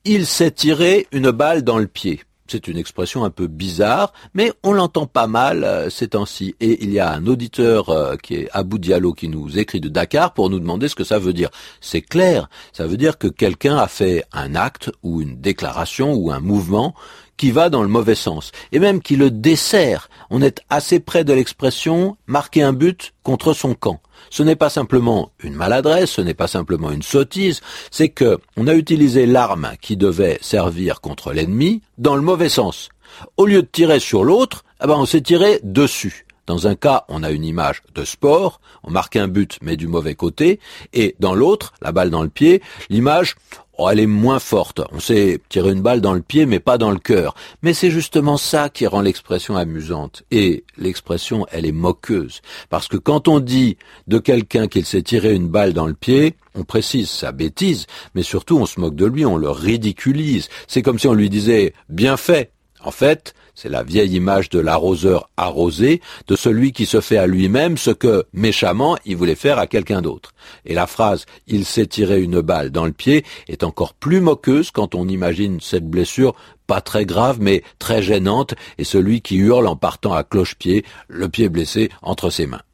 il s'est tiré une balle dans le pied. C'est une expression un peu bizarre, mais on l'entend pas mal ces temps-ci. Et il y a un auditeur qui est Abou Diallo qui nous écrit de Dakar pour nous demander ce que ça veut dire. C'est clair, ça veut dire que quelqu'un a fait un acte ou une déclaration ou un mouvement qui va dans le mauvais sens, et même qui le dessert. On est assez près de l'expression « marquer un but contre son camp ». Ce n'est pas simplement une maladresse, ce n'est pas simplement une sottise, c'est que on a utilisé l'arme qui devait servir contre l'ennemi dans le mauvais sens. Au lieu de tirer sur l'autre, on s'est tiré dessus. Dans un cas, on a une image de sport, on marque un but mais du mauvais côté, et dans l'autre, la balle dans le pied, l'image, elle est moins forte. On s'est tiré une balle dans le pied mais pas dans le cœur. Mais c'est justement ça qui rend l'expression amusante. Et l'expression, elle est moqueuse. Parce que quand on dit de quelqu'un qu'il s'est tiré une balle dans le pied, on précise sa bêtise, mais surtout on se moque de lui, on le ridiculise. C'est comme si on lui disait « bien fait ». En fait, c'est la vieille image de l'arroseur arrosé, de celui qui se fait à lui-même ce que, méchamment, il voulait faire à quelqu'un d'autre. Et la phrase « il s'est tiré une balle dans le pied » est encore plus moqueuse quand on imagine cette blessure pas très grave mais très gênante et celui qui hurle en partant à cloche-pied, le pied blessé entre ses mains.